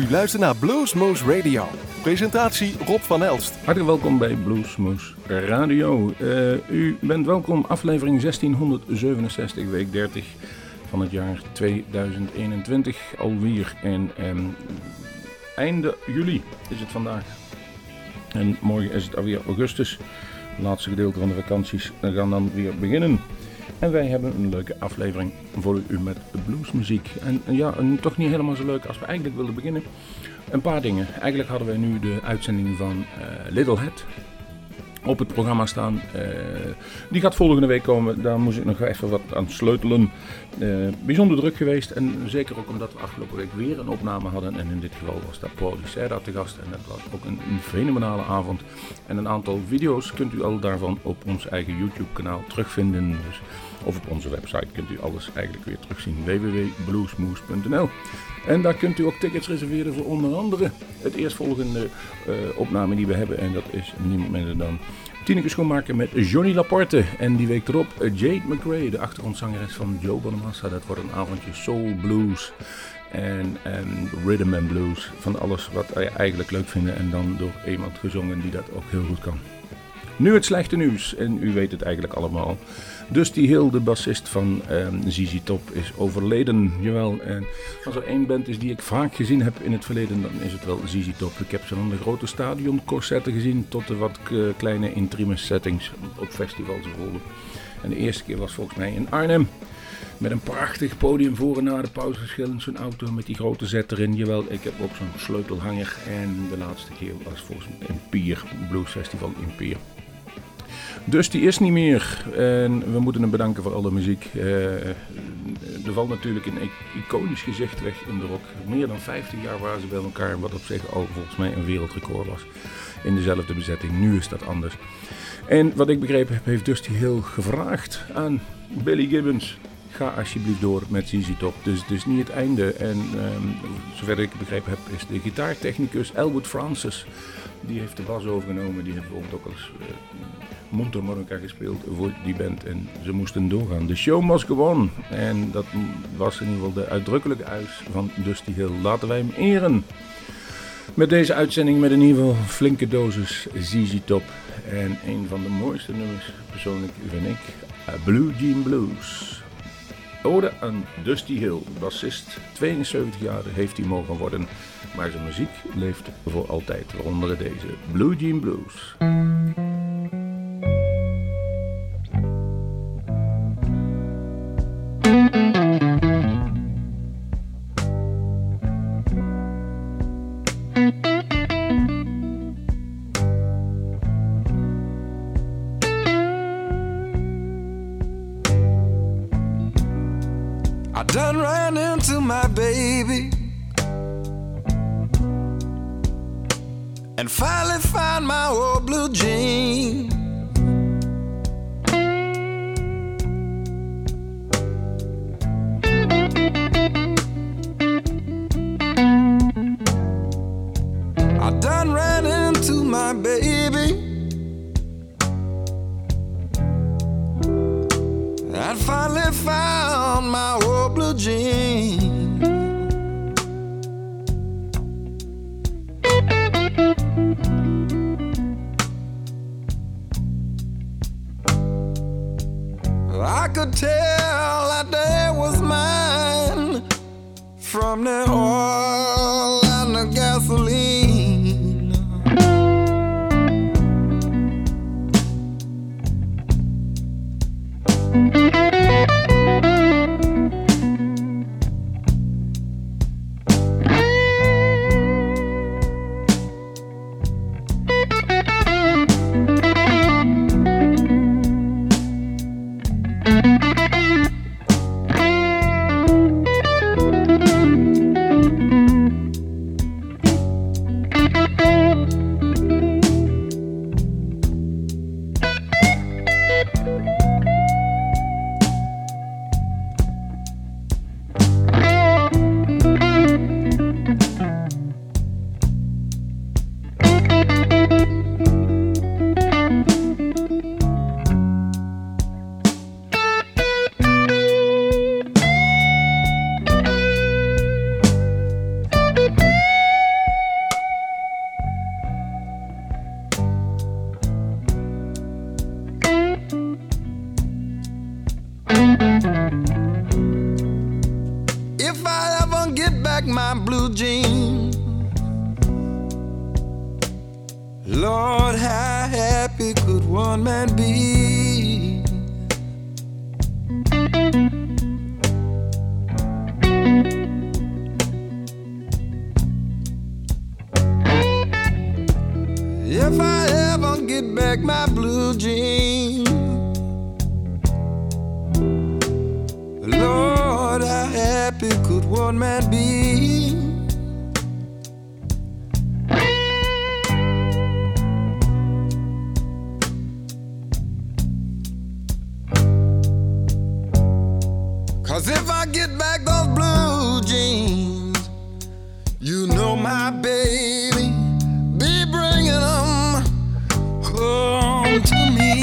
luistert naar Bluesmoose Radio. Presentatie Rob van Elst. Hartelijk welkom bij Bluesmoose Radio. U bent welkom, aflevering 1667, week 30 van het jaar 2021 alweer. En einde juli is het vandaag. En morgen is het alweer augustus. Het laatste gedeelte van de vakanties gaan dan weer beginnen. En wij hebben een leuke aflevering voor u met bluesmuziek. En ja, toch niet helemaal zo leuk als we eigenlijk wilden beginnen. Een paar dingen. Eigenlijk hadden wij nu de uitzending van Little Head op het programma staan. Die gaat volgende week komen. Daar moest ik nog even wat aan sleutelen. Bijzonder druk geweest. En zeker ook omdat we afgelopen week weer een opname hadden. En in dit geval was daar Paul Serra te gast. En dat was ook een fenomenale avond. En een aantal video's kunt u al daarvan op ons eigen YouTube kanaal terugvinden. Dus, of op onze website kunt u alles eigenlijk weer terugzien. www.bluesmoose.nl. En daar kunt u ook tickets reserveren voor onder andere het eerstvolgende opname die we hebben. En dat is niemand minder dan Tineke Schoenmaker met Johnny Laporte. En die week erop Jade McRae, de achtergrondzangeres van Joe Bonamassa. Dat wordt een avondje soul blues en rhythm and blues. Van alles wat wij eigenlijk leuk vinden en dan door iemand gezongen die dat ook heel goed kan. Nu het slechte nieuws, en u weet het eigenlijk allemaal. Dusty Hill, de bassist van ZZ Top, is overleden. Jawel, en als er één band is die ik vaak gezien heb in het verleden, dan is het wel ZZ Top. Ik heb ze van de grote stadionconcerten gezien tot de wat kleine intieme settings op festivals bijvoorbeeld. En de eerste keer was volgens mij in Arnhem. Met een prachtig podium voor en na de pauzesverschil. Zo'n auto met die grote zet erin. Jawel, ik heb ook zo'n sleutelhanger. En de laatste keer was volgens mij in Pier, Blues Festival in Pier. Dus die is niet meer. En we moeten hem bedanken voor alle muziek. Er valt natuurlijk een iconisch gezicht weg in de rock. Meer dan 50 jaar waren ze bij elkaar. Wat op zich al volgens mij een wereldrecord was. In dezelfde bezetting. Nu is dat anders. En wat ik begrepen heb, heeft Dusty Hill gevraagd aan Billy Gibbons. Ga alsjeblieft door met ZZ Top. Dus het is niet het einde. En zover ik begrepen heb, is de gitaartechnicus Elwood Francis. Die heeft de bas overgenomen. Die heeft bijvoorbeeld ook al eens mondharmonica gespeeld voor die band. En ze moesten doorgaan. The show must go on. En dat was in ieder geval de uitdrukkelijke eis van Dusty Hill. Laten wij hem eren. Met deze uitzending met in ieder geval flinke dosis ZZ Top. En een van de mooiste nummers, persoonlijk vind ik, Blue Jean Blues. Ode aan Dusty Hill, bassist, 72 jaar heeft hij mogen worden, maar zijn muziek leeft voor altijd, waaronder deze Blue Jean Blues. Done ran into my baby and finally found my old blue jean. I done ran into my baby and finally found my old blue jean. I could tell that day was mine from the oil and the gasoline. back my blue jeans. Lord, how happy could one man be? If I ever get back my blue jeans, Lord, how happy could one man be? Cause if I get back those blue jeans, you know my baby be bringing them home to me.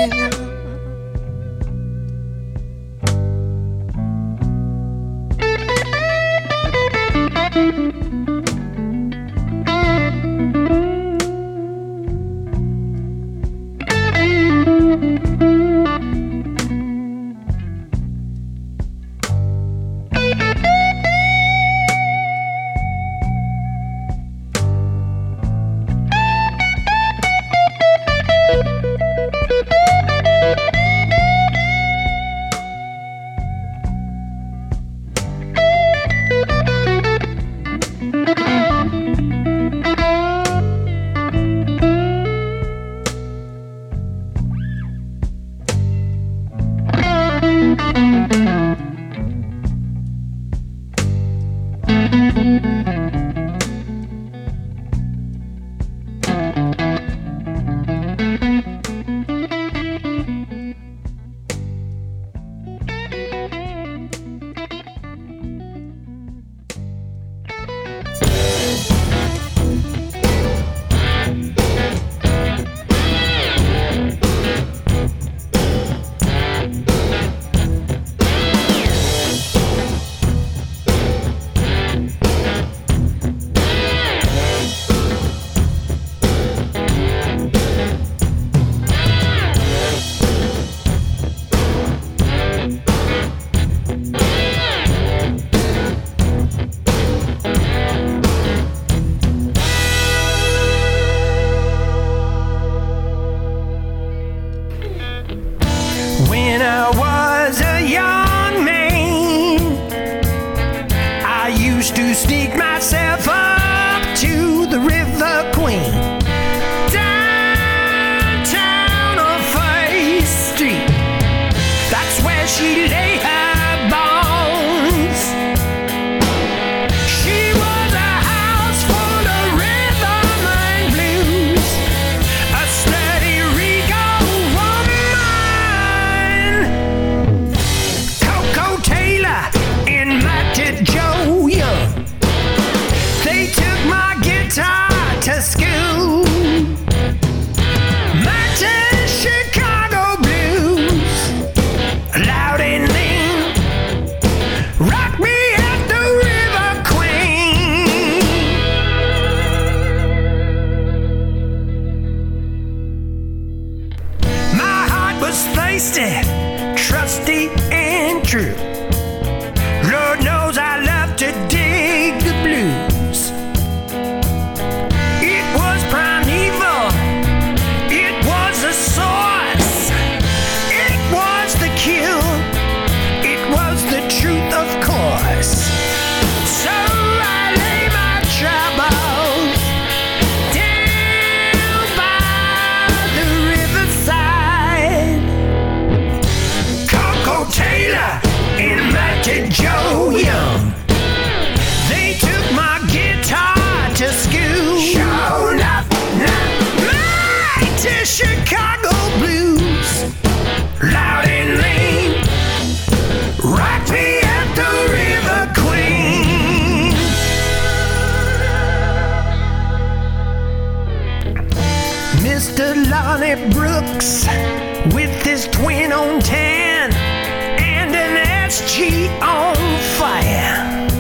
Brooks with his twin on tan and an SG on fire.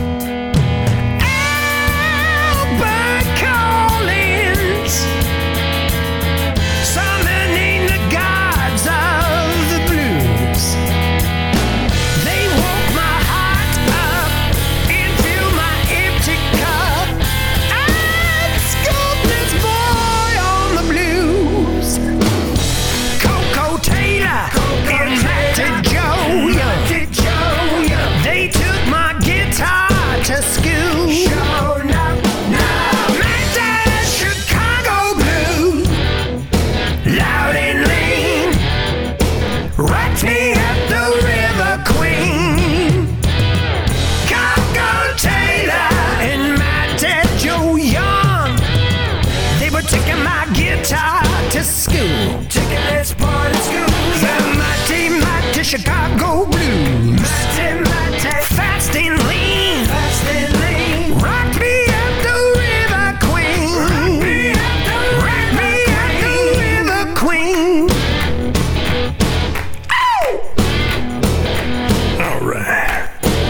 Albert Collins summoning the gods of the blues. They woke my heart up and filled my Chicago blues. Fast and lean. Rock me up the River Queen. Rock me up the River Queen. Oh! All right.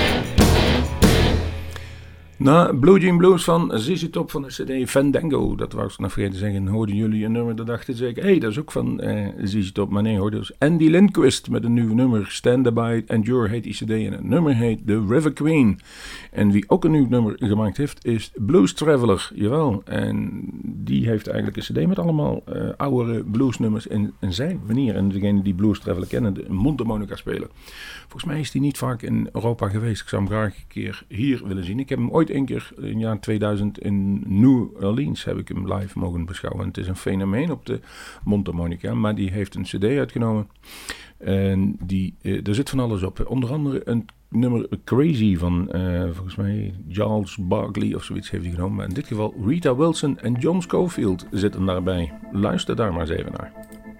Na Blue Jean Blues van ZZ Top van de CD Fandango, dat was ik nog vergeten te zeggen, hoorden jullie een nummer, dat dachten zeker, hé, dat is ook van ZZ Top, maar nee, hoor, dus Andy Lindquist met een nieuw nummer, Stand By Endure heet die CD en het nummer heet The River Queen. En wie ook een nieuw nummer gemaakt heeft, is Blues Traveler, jawel, en die heeft eigenlijk een CD met allemaal oudere bluesnummers in zijn manier. En degene die Blues Traveler kennen, de mondharmonica spelen. Volgens mij is die niet vaak in Europa geweest. Ik zou hem graag een keer hier willen zien. Ik heb hem ooit een keer in het jaar 2000 in New Orleans heb ik hem live mogen beschouwen. Het is een fenomeen op de mondharmonica, maar die heeft een CD uitgenomen. En er zit van alles op. Onder andere een nummer Crazy van volgens mij Charles Barkley of zoiets heeft hij genomen. Maar in dit geval Rita Wilson en John Scofield zitten daarbij. Luister daar maar eens even naar.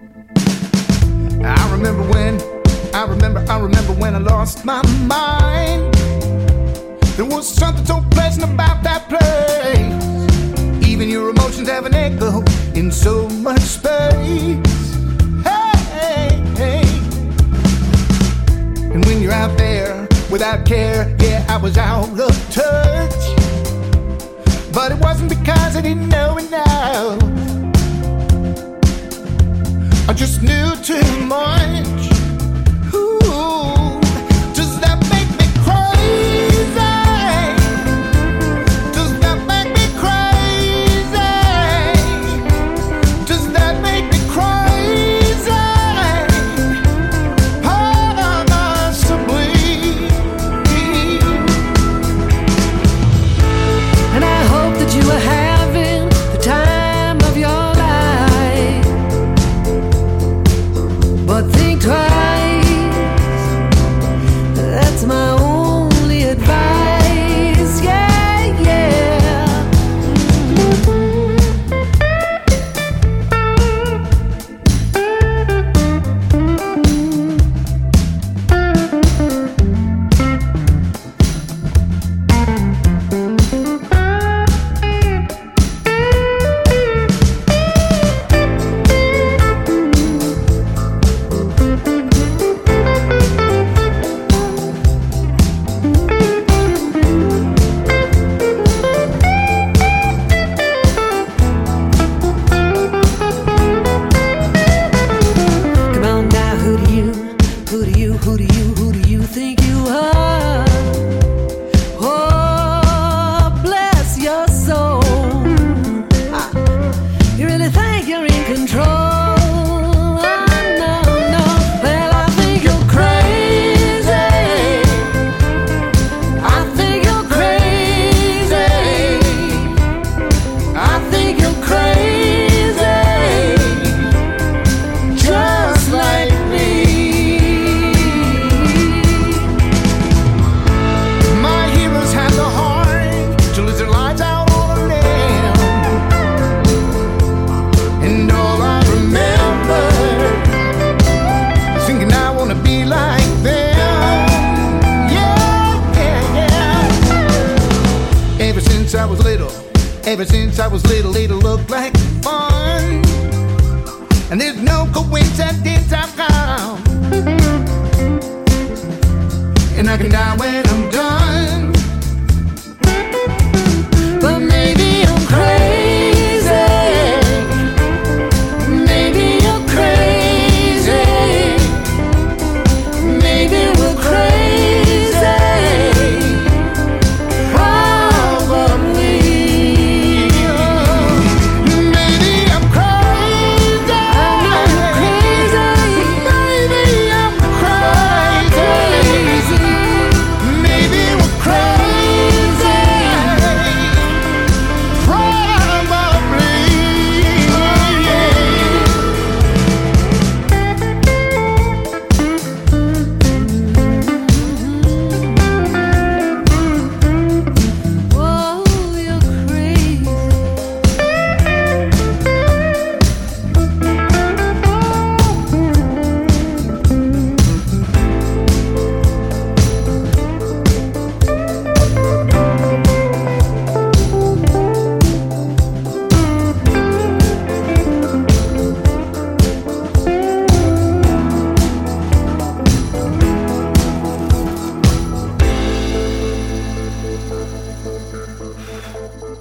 I remember when I lost my mind. There was something so pleasant about that place. Even your emotions have an echo in so much space. Hey, hey. And when you're out there without care, yeah, I was out of touch. But it wasn't because I didn't know enough. I just knew too much. Ooh, does that make me crazy? Does that make me crazy? Does that make me crazy? Possibly. And I hope that you are having the time of your life. But think twice. That's my only advice. Yeah, yeah. Ever since I was little, it'll look like fun. And there's no coincidence I've come. And I can die when I'm done. But maybe I'm crazy. Maybe you're crazy. Maybe we're crazy. Crazy.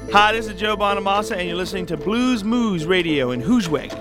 Hi, this is Joe Bonamassa, and you're listening to Blues Moose Radio in Hoosweg.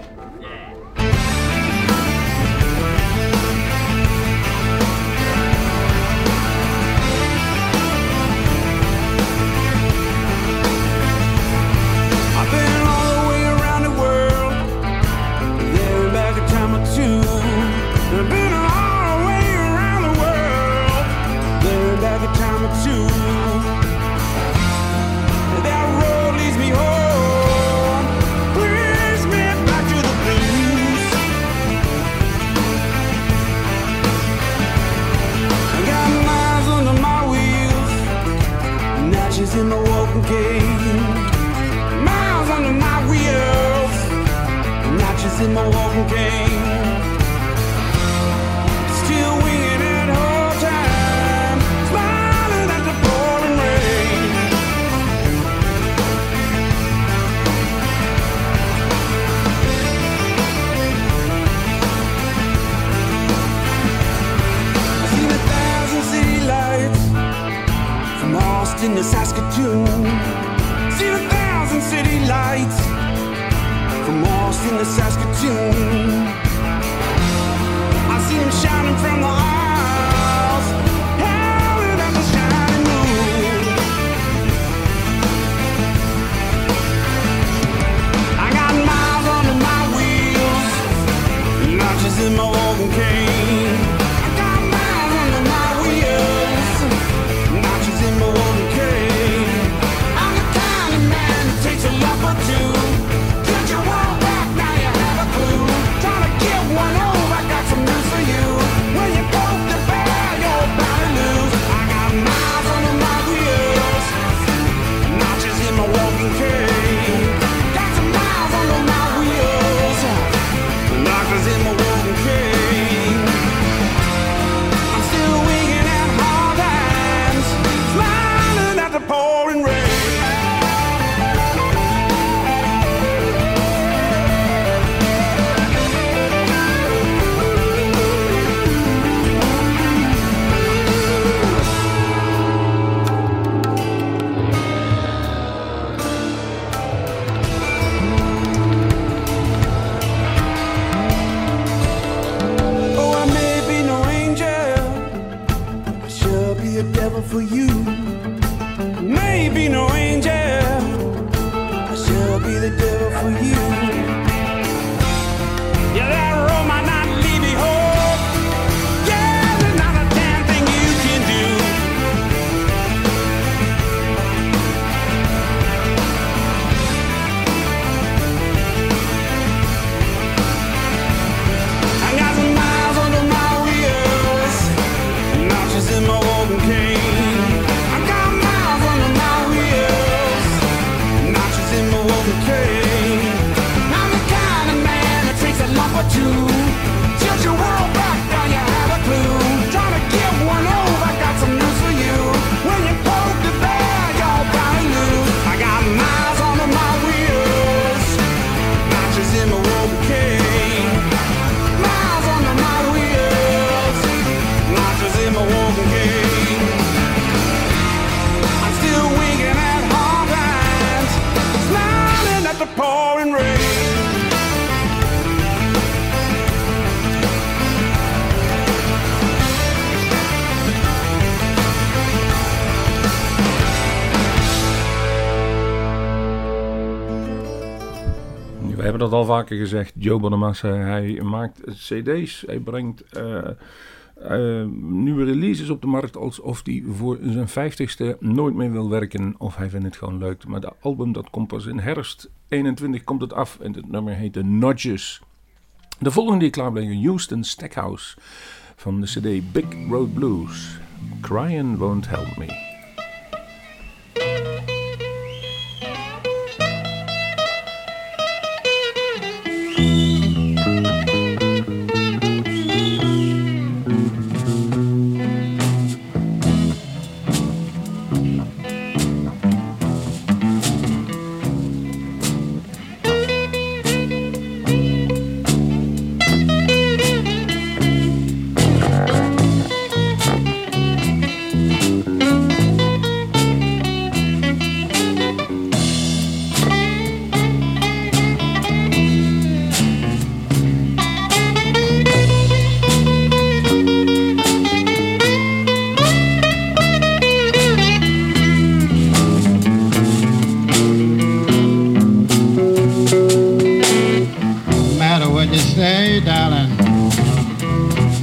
In my walking cane, miles under my wheels, notches in my walking cane. Still winging it all time, smiling at the pouring rain. I've seen 1,000 city lights from Austin to Saskatoon. Seen 1,000 city lights from Austin to Saskatoon. I see them shining from the aisles, howling at the shining moon. I got miles under my wheels, notches in my walking cane. I got miles under my wheels, notches in my walking cane. I'm the kind of man that takes a love or two. Did you walk back, now you have a clue. Trying to get one over, I got some news for you. When you poke the bear, you're bound to lose. I got miles under my wheels, notches in my walking cane. Got some miles under my wheels, notches in my walking cane. I'm still winging at hard times, smiling at the pouring rain. Oh, I may be no angel, I sure be a devil for you. Maybe no angel, I sure be the devil for you. Yeah, that road might not lead me home. Yeah, there's not a damn thing you can do. I got some miles under my wheels, notches in my walking cane. I got miles under my wheels, notches in my walking cane. I'm the kind of man that takes a lump or two. Tilt your world back, now you have a clue. Trying to get one over, I got some news for you. When you poke the bear, you're bound to lose. I got miles under my wheels, notches in my walking cane. Miles under my wheels, notches in my walking cane. I'm still winking at hard times, smiling at the pouring rain. We hebben dat al vaker gezegd. Joe Bonamassa, hij maakt cd's. Hij brengt nieuwe releases op de markt alsof hij voor zijn 50ste nooit meer wil werken. Of hij vindt het gewoon leuk. Maar de album dat komt pas in herfst 21 komt het af. En het nummer heet The Nudges. De volgende die klaarbrengen, Houston Stackhouse. Van de cd Big Road Blues. Crying Won't Help Me.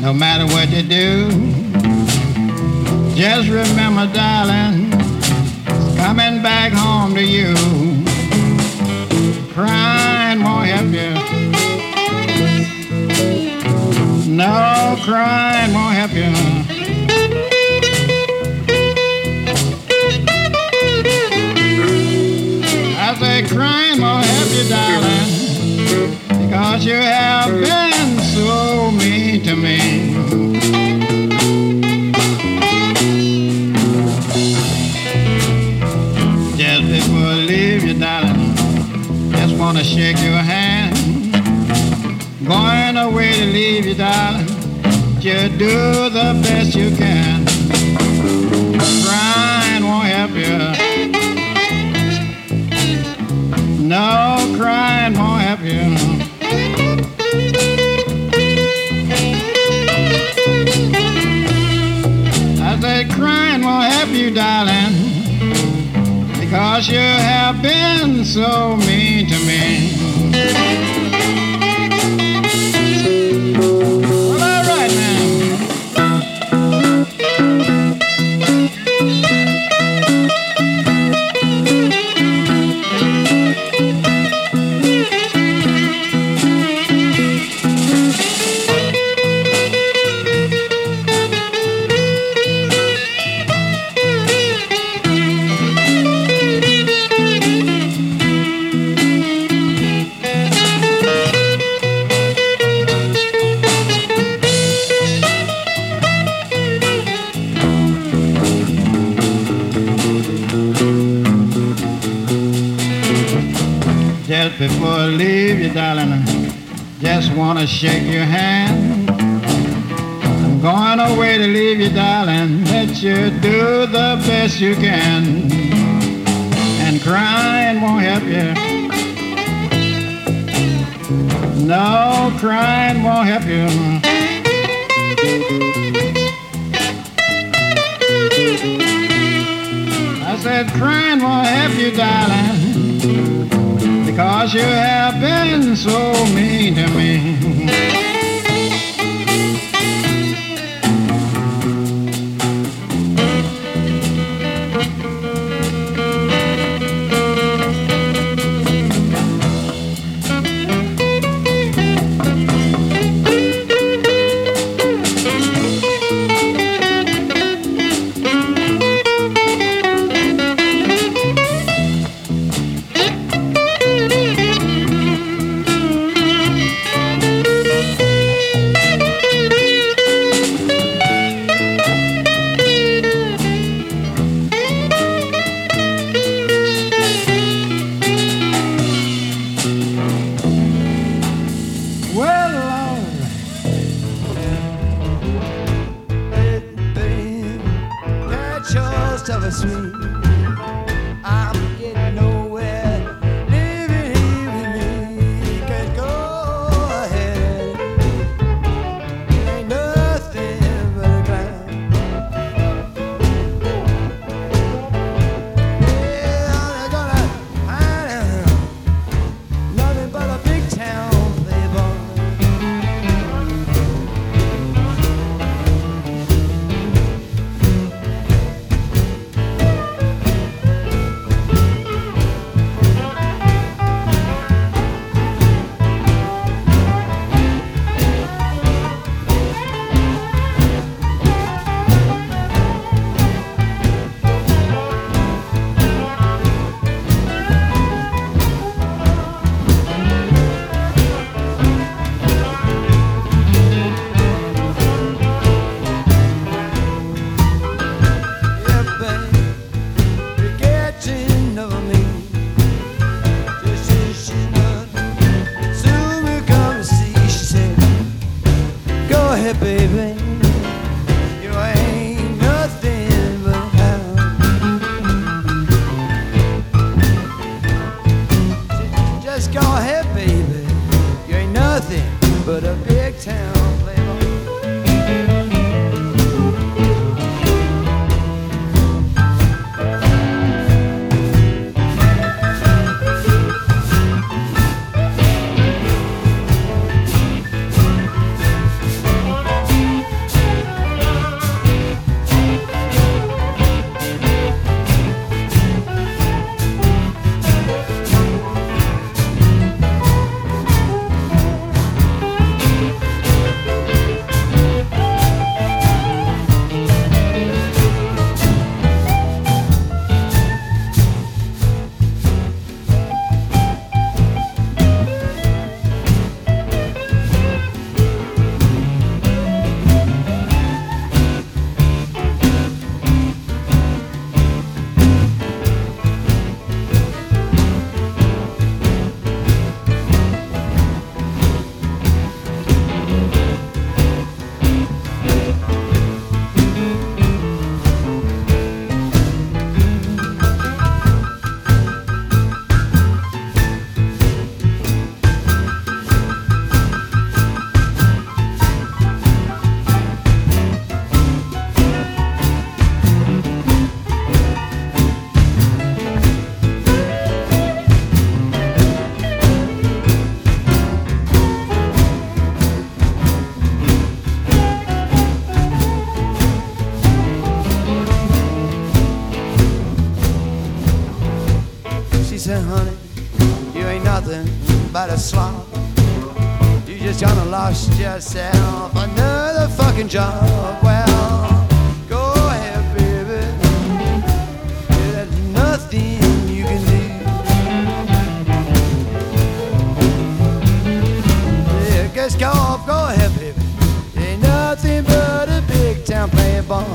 no matter what you do. Just remember, darling, it's coming back home to you. Crying won't help you. No, crying won't help you. I say crying won't help you, darling, because you have been so mean to me. Just before I leave you, darling, just wanna shake your hand. Going away to leave you, darling, just do the best you can. Crying won't help you. No, crying won't help you. I said crying won't help you, darling, because you have been so mean to me. Well, all right now. Just before I leave you, darling, I just wanna shake your hand. I'm going away to leave you, darling, let you do the best you can. And crying won't help you. No, crying won't help you. I said crying won't help you, darling, because you have been so mean to me. she said, honey, you ain't nothing but a slob. You just gonna lost yourself another fucking job. Well, go ahead, baby. There's nothing you can do. Yeah, just go ahead, baby. Ain't nothing but a big town playing ball.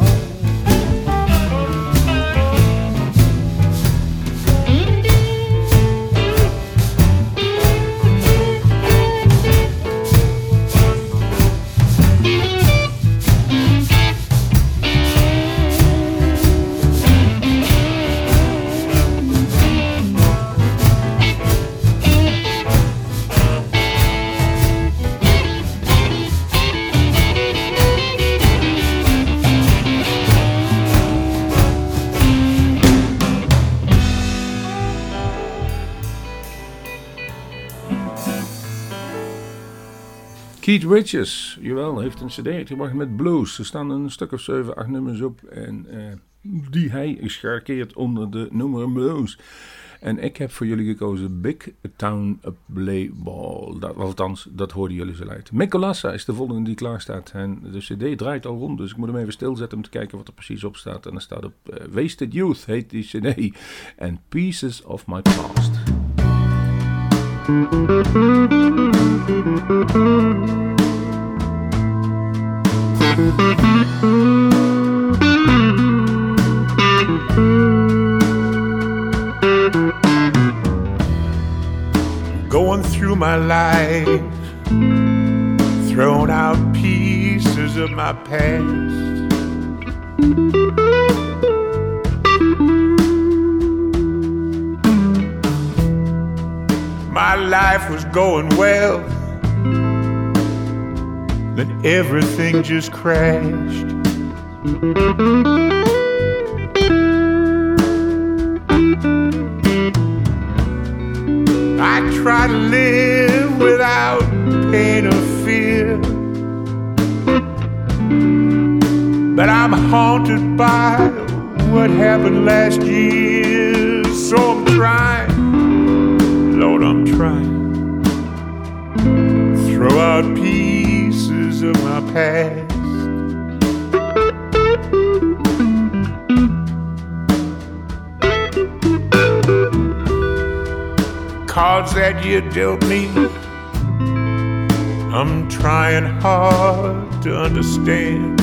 Keith Richards, jawel, heeft een cd uitgebracht met blues. Er staan een stuk of 7, 8 nummers op en die hij scharkeert onder de nummer blues. En ik heb voor jullie gekozen Big Town Playball. Althans, dat hoorden jullie zo luid. Mekolassa is de volgende die klaar staat. En de cd draait al rond, dus ik moet hem even stilzetten om te kijken wat er precies op staat. En er staat op Wasted Youth, heet die cd. En Pieces of My Past. Going through my life, throwing out pieces of my past. My life was going well, then everything just crashed. I try to live without pain or fear, but I'm haunted by what happened last year. So I'm trying, Lord, I'm trying, throw out pieces of my past. Cards that you dealt me, I'm trying hard to understand.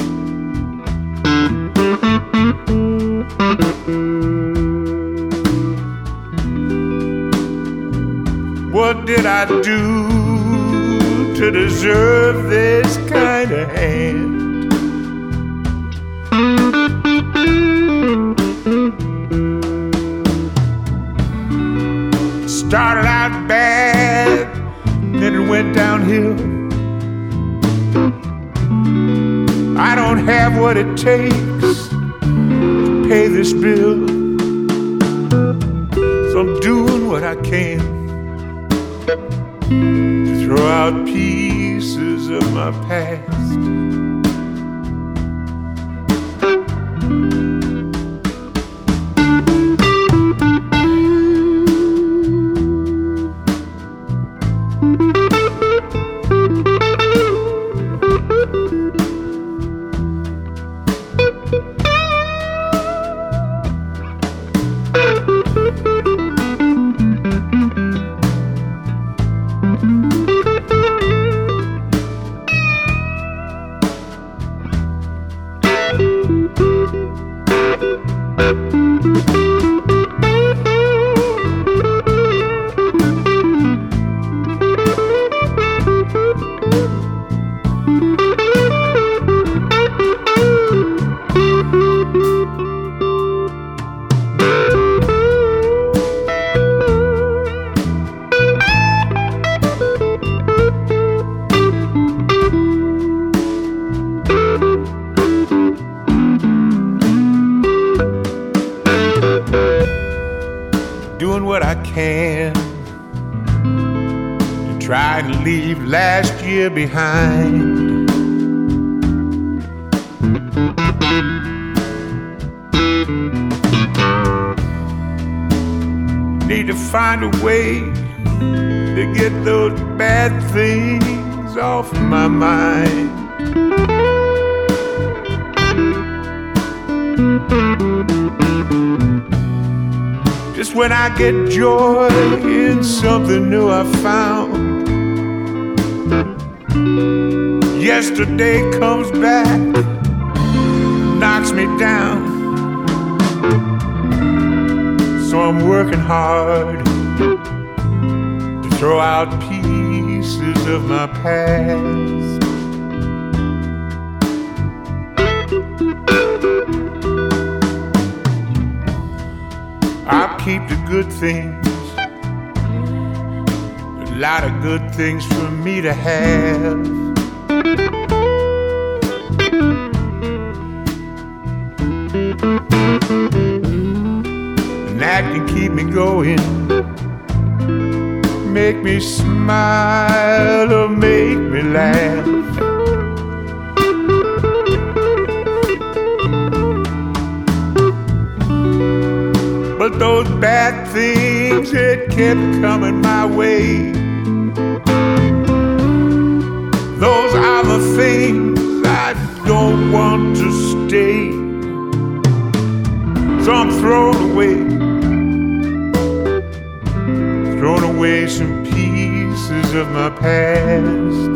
What did I do to deserve this kind of hand? Started out bad, then it went downhill. I don't have what it takes to pay this bill, so I'm doing what I can to throw out pieces of my past. Last year behind. need to find a way to get those bad things off my mind. Just when I get joy in something new I found, yesterday comes back, knocks me down. So I'm working hard to throw out pieces of my past. I'll keep the good things, a lot of good things for me to have. And that can keep me going, make me smile or make me laugh. But those bad things that kept coming my way, those are the things I don't want to stay. So I'm throwing away some pieces of my past.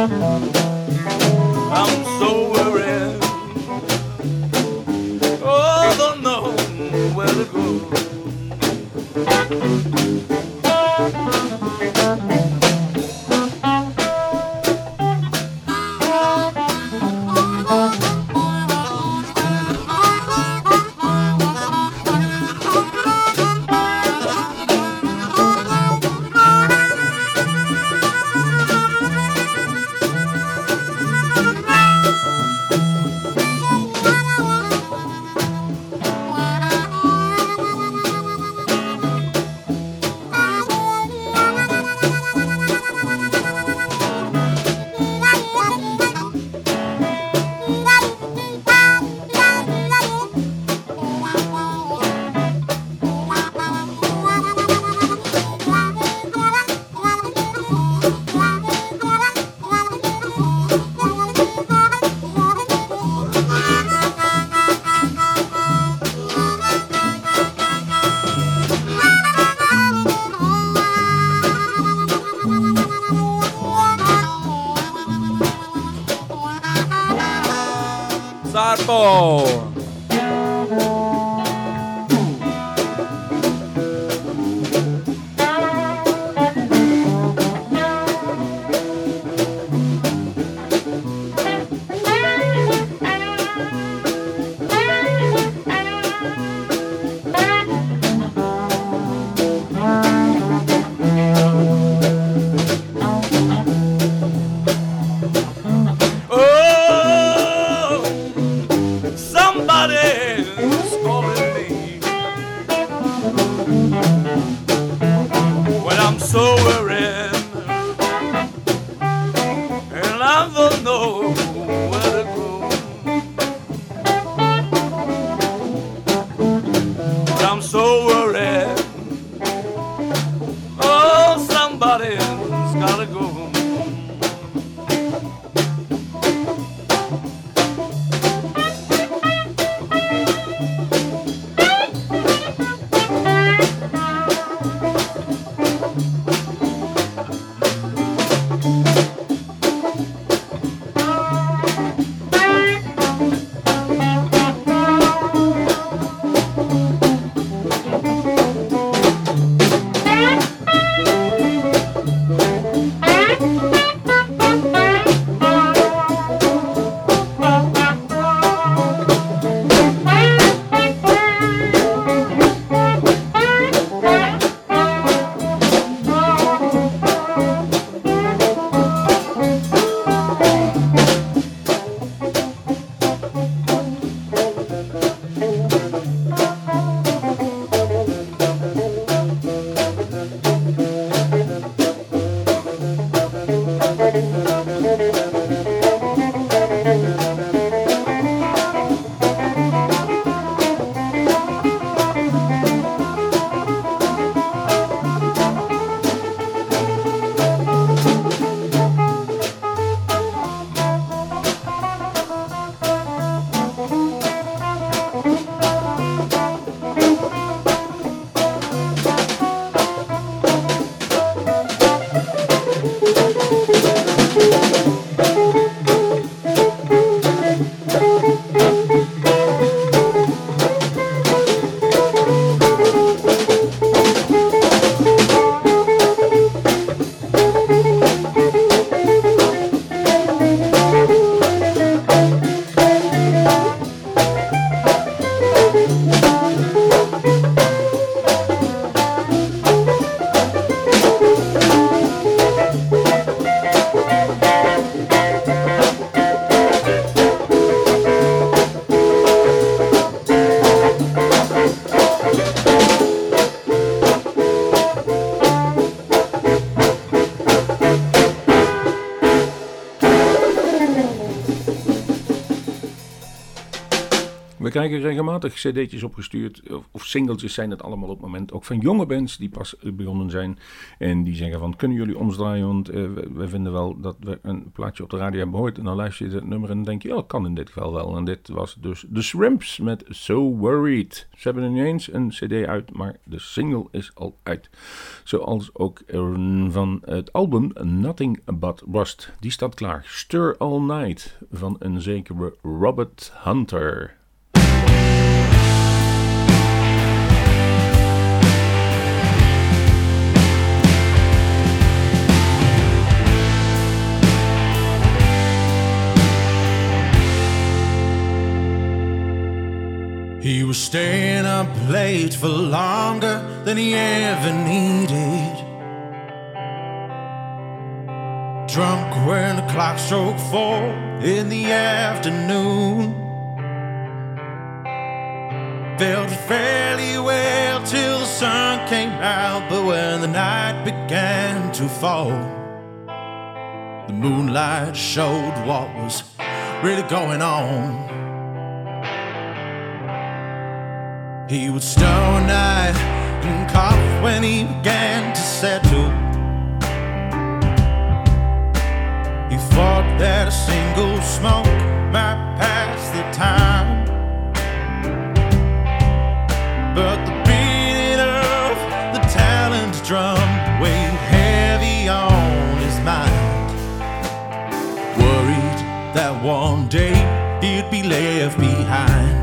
Oh South Pole. We krijgen regelmatig cd'tjes opgestuurd, of singeltjes zijn het allemaal op het moment. Ook van jonge bands die pas begonnen zijn. En die zeggen van, kunnen jullie ons draaien? Want we vinden wel dat we een plaatje op de radio hebben gehoord. En dan luister je het nummer en dan denk je, dat kan in dit geval wel. En dit was dus The Shrimps met So Worried. Ze hebben er niet eens een cd uit, maar de single is al uit. Zoals ook van het album Nothing But Rust. Die staat klaar. Stir All Night van een zekere Robert Hunter. He was staying up late for longer than he ever needed. Drunk when the clock struck 4 in the afternoon. Felt fairly well till the sun came out, but when the night began to fall, the moonlight showed what was really going on. He would stone night and cough when he began to settle. He thought that a single smoke might pass the time, but the beating of the talent drum weighed heavy on his mind. Worried that one day he'd be left behind.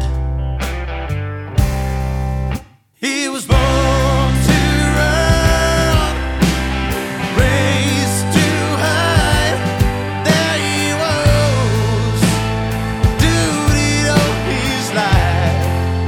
He was born to run, raised to hide. There he was, duty of his life.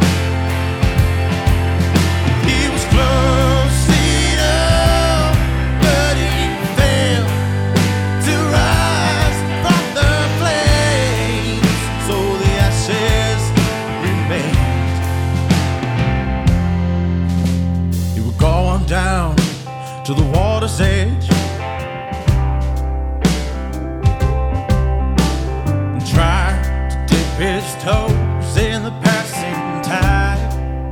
He was close enough, but he failed to rise from the flames, so the ashes remained. He would go on down to the water's edge and try to dip his toes in the passing tide.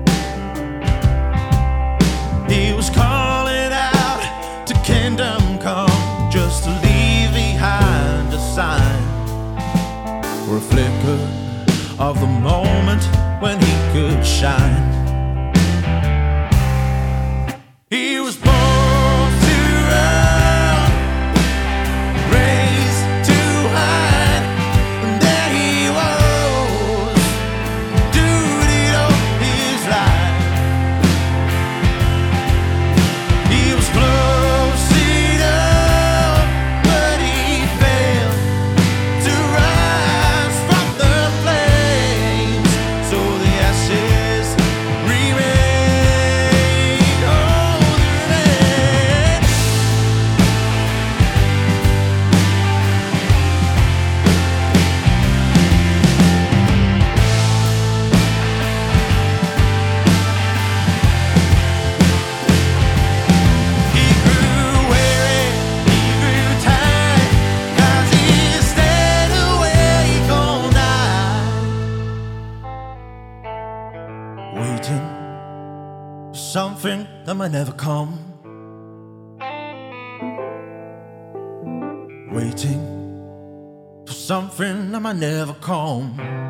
He was calling out to kingdom come, just to leave behind a sign, or a flicker of the moment when he could shine. He was born to run, raised to hide, and there he was, duty of his life. He was close enough, but he failed to rise from the flames, so the ashes remained. Oh, the remain. He grew weary, he grew tired, 'cause he stayed awake all night, waiting for something that might never come, waiting for something that might never come.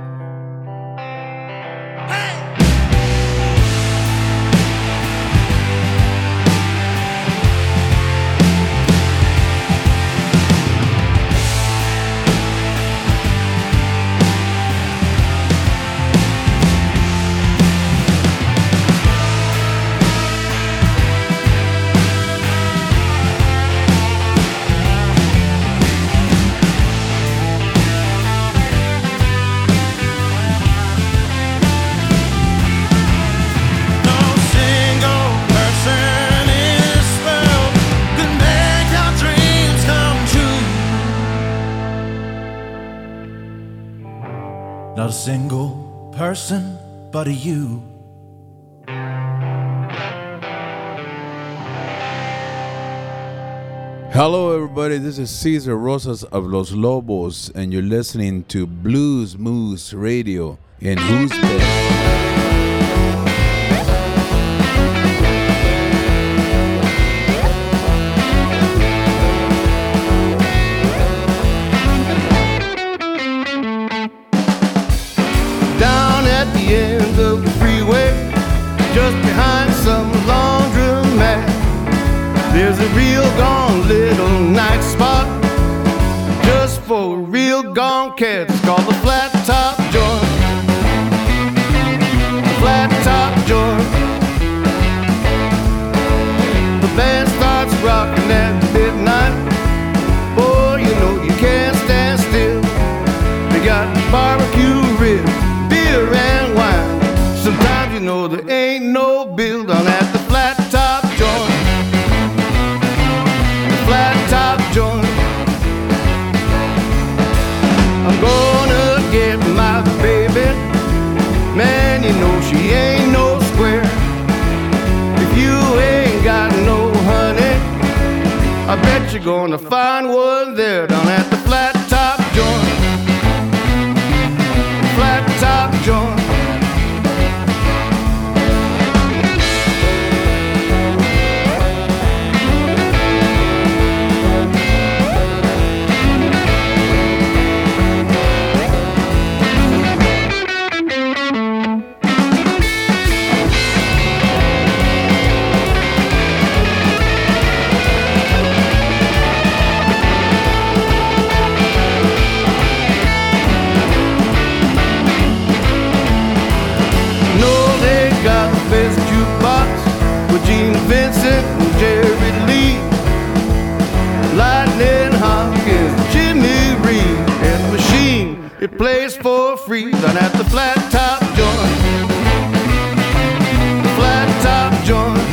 No single person in this world could make our dreams come true. Not a single person but you. Hello, everybody. This is Cesar Rosas of Los Lobos, and you're listening to Blues Moose Radio in Who's Best. Down at the end of the freeway, just behind some laundromat, there's a real gone little night spot, just for real gone cats. It's called the Flat Top Joint. Flat Top Joint. The band starts rocking at midnight. Boy, you know you can't stand still. They got barbecue ribs, beer and wine. Sometimes you know there ain't no bill down at the Flat Top Joint. Flat Top Joint. I'm gonna get my baby. Man, you know she ain't no square. If you ain't got no honey, I bet you're gonna find one there down at the Flat Top Joint. Flat Top Joint. It plays for free down at the Flat Top Joint. The Flat Top Joint.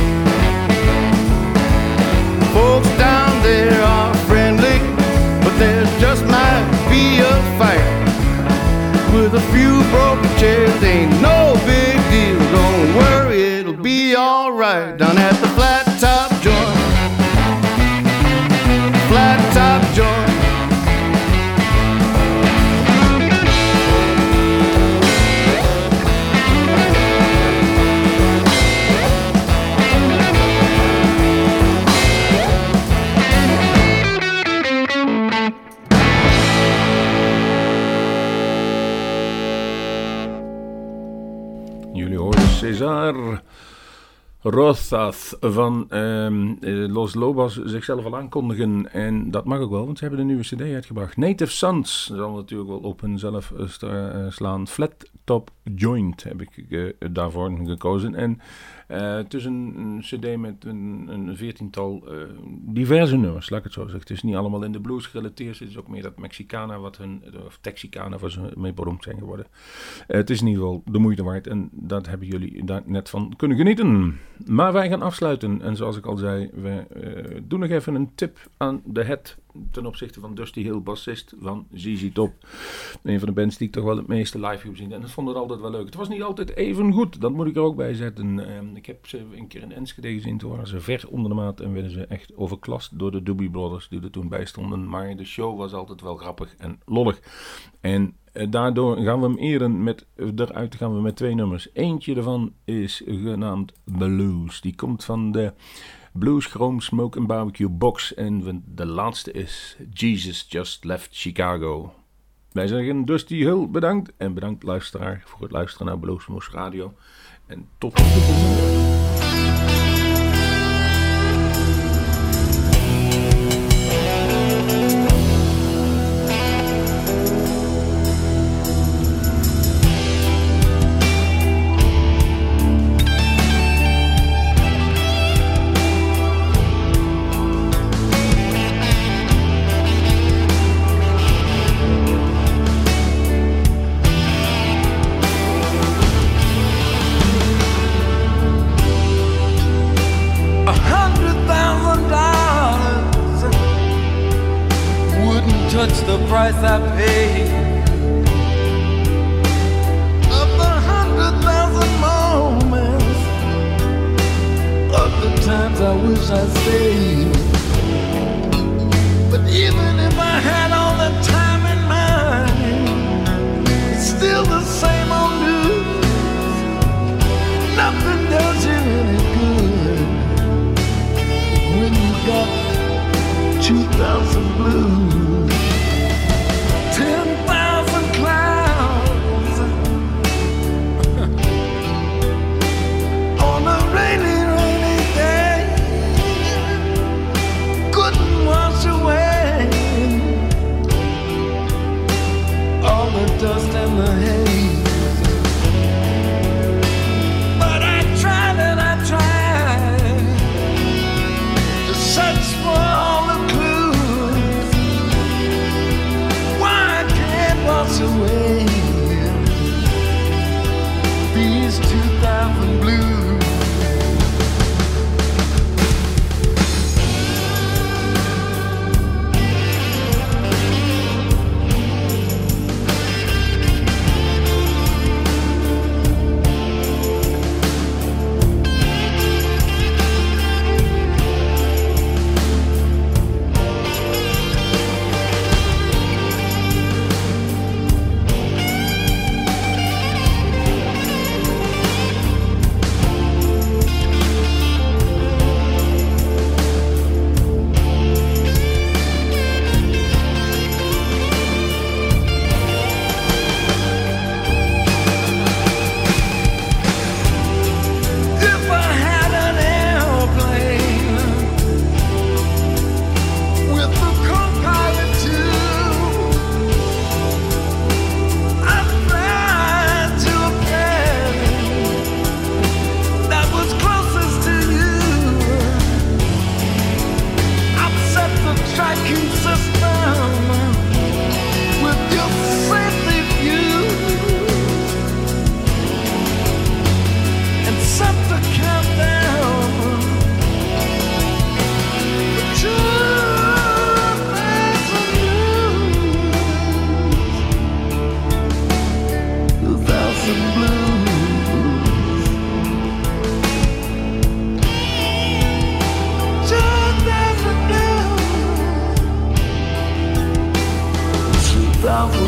Folks down there are friendly, but there just might be a fight. With a few broken chairs, ain't no big deal. Don't worry, it'll be alright down at the Flat Top Joint. Flat Top Joint. Cesar Rozas van Los Lobos zichzelf al aankondigen. En dat mag ook wel, want ze hebben een nieuwe cd uitgebracht. Native Sons zal natuurlijk wel op hunzelf slaan. Flat Top Joint heb ik daarvoor gekozen. En het is een cd met een 14-tal diverse nummers, laat ik het zo zeggen. Het is niet allemaal in de blues gerelateerd. Het is ook meer dat Mexicana, of Texicana, waar ze mee beroemd zijn geworden. Het is in ieder geval de moeite waard. En dat hebben jullie daar net van kunnen genieten. Maar wij gaan afsluiten. En zoals ik al zei, we doen nog even een tip aan de head ten opzichte van Dusty Hill, bassist van ZZ Top. Een van de bands die ik toch wel het meeste live heb gezien. En dat vond ik altijd wel leuk. Het was niet altijd even goed, dat moet ik er ook bij zetten. Ik heb ze een keer in Enschede gezien, toen waren ze ver onder de maat en werden ze echt overklast door de Doobie Brothers die er toen bij stonden. Maar de show was altijd wel grappig en lollig. En daardoor gaan we hem eren eruit gaan we met 2 nummers. Eentje daarvan is genaamd Blues. Die komt van de Blues Chrome Smoke and Barbecue box. En de laatste is Jesus Just Left Chicago. Wij zeggen Dusty Hill bedankt. En bedankt luisteraar voor het luisteren naar Bluesmoose Radio. En tot de volgende. Touch the price I paid of the 100,000 moments of the times I wish I stayed. But even if I had all the time in mind, it's still the same old news. Nothing does you any good when you got 2,000 blues. 10,000 clouds on a rainy, rainy day couldn't wash away all the dust and the haze. But I tried and I tried to search for all the clues. Why I can't wash away these 2,000 blues.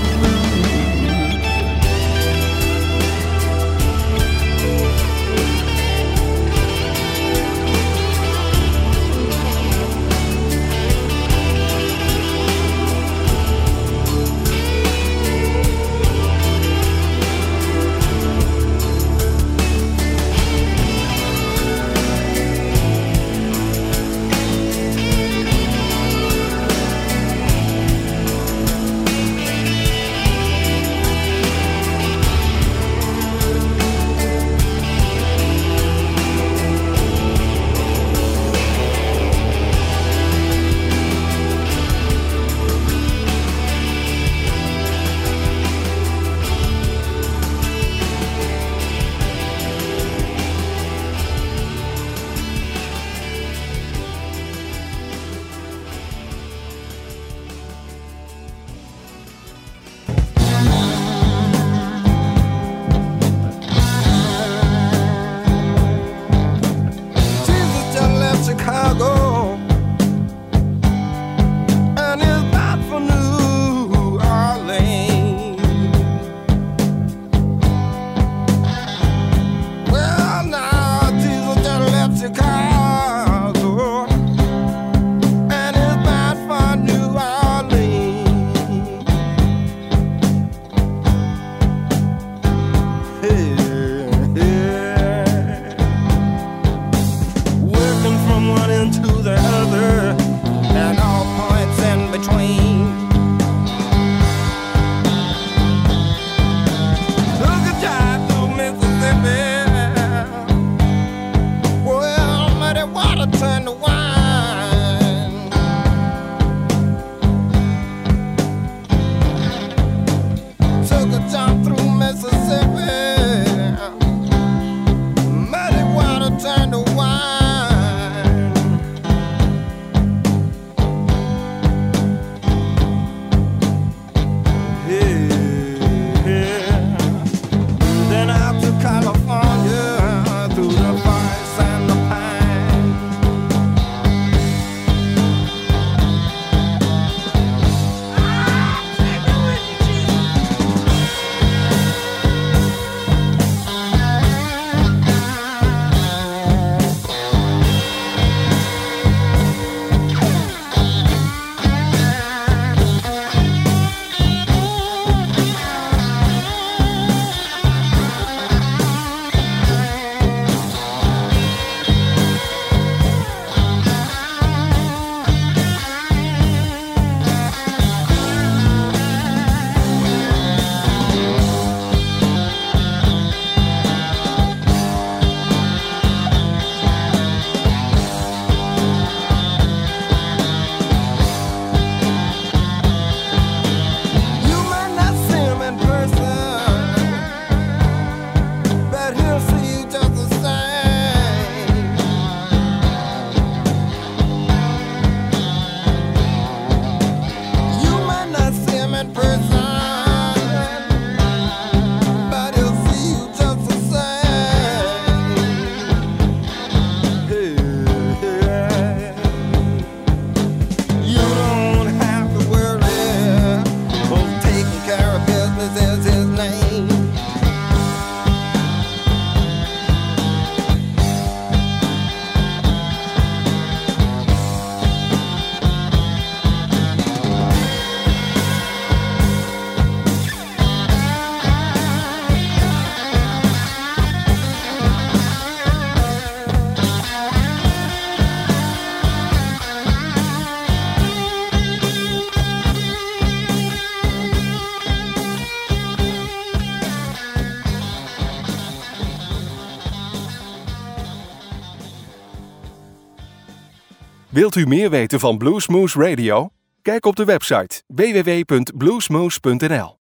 Wilt u meer weten van Bluesmoose Radio? Kijk op de website www.bluesmoose.nl.